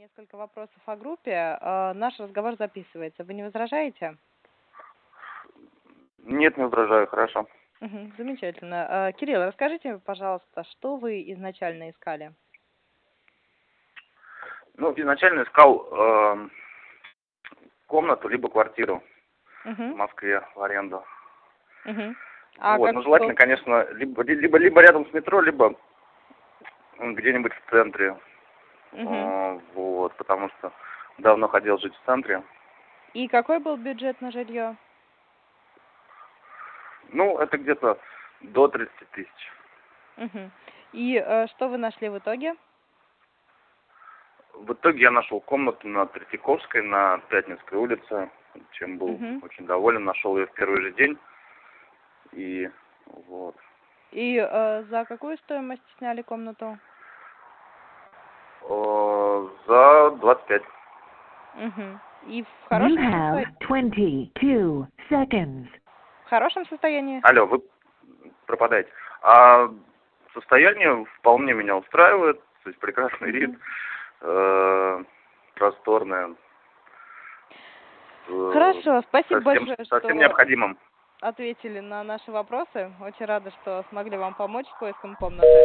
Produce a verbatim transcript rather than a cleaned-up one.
несколько вопросов о группе. Э, Наш разговор записывается. Вы не возражаете? Нет, не возражаю, хорошо. Мгм, замечательно. Э, Кирилл, расскажите, пожалуйста, что вы изначально искали? Ну, изначально искал э, комнату либо квартиру в Мгм, Москве в аренду. мгм. А Вот, как ну что? желательно, конечно, либо, ли- либо, либо рядом с метро, либо м, где-нибудь в центре. Мгм. Э, вот, потому что давно хотел жить в центре. И какой был бюджет на жилье? Ну, это где-то до тридцати тысяч. Мгм. И э, что вы нашли в итоге? В итоге я нашел комнату на Третьяковской, на Пятницкой улице, чем был Мгм. очень доволен. Нашел ее в первый же день. И вот. И э, за какую стоимость сняли комнату? Э, за двадцать пять. Мгм. И в You хорошем have состоянии? twenty-two seconds. В хорошем состоянии? Алло, вы пропадаете. А состояние вполне меня устраивает, то есть прекрасный вид, Мгм. э, просторное, э, Хорошо, спасибо со всем, большое, со всем что необходимым. ответили на наши вопросы. Очень рада, что смогли вам помочь с поиском комнаты.